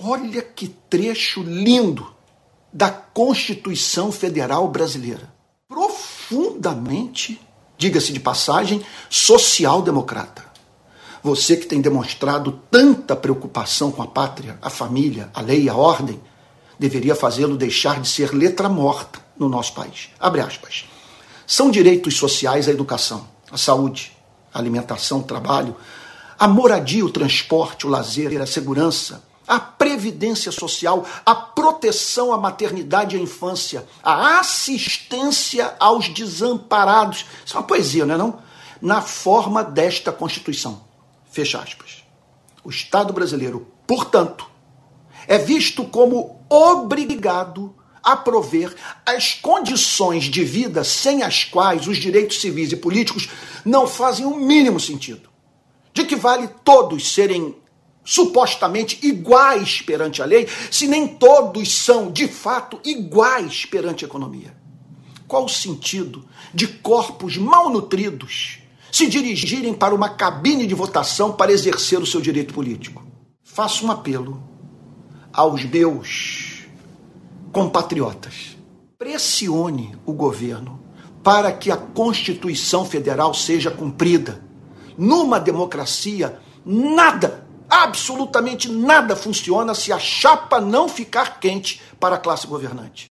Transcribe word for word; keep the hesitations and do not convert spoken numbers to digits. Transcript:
Olha que trecho lindo da Constituição Federal Brasileira. Profundamente, diga-se de passagem, social-democrata. Você que tem demonstrado tanta preocupação com a pátria, a família, a lei, a ordem, deveria fazê-lo deixar de ser letra morta no nosso país. Abre aspas. São direitos sociais a educação, a saúde, a alimentação, o trabalho, a moradia, o transporte, o lazer, a segurança, a previdência social, a proteção à maternidade e à infância, a assistência aos desamparados. Isso é uma poesia, não é não? Na forma desta Constituição. Fecha aspas. O Estado brasileiro, portanto, é visto como obrigado a prover as condições de vida sem as quais os direitos civis e políticos não fazem o mínimo sentido. De que vale todos serem supostamente iguais perante a lei, se nem todos são, de fato, iguais perante a economia? Qual o sentido de corpos malnutridos se dirigirem para uma cabine de votação para exercer o seu direito político? Faço um apelo aos meus compatriotas. Pressione o governo para que a Constituição Federal seja cumprida. Numa democracia, nada, absolutamente nada funciona se a chapa não ficar quente para a classe governante.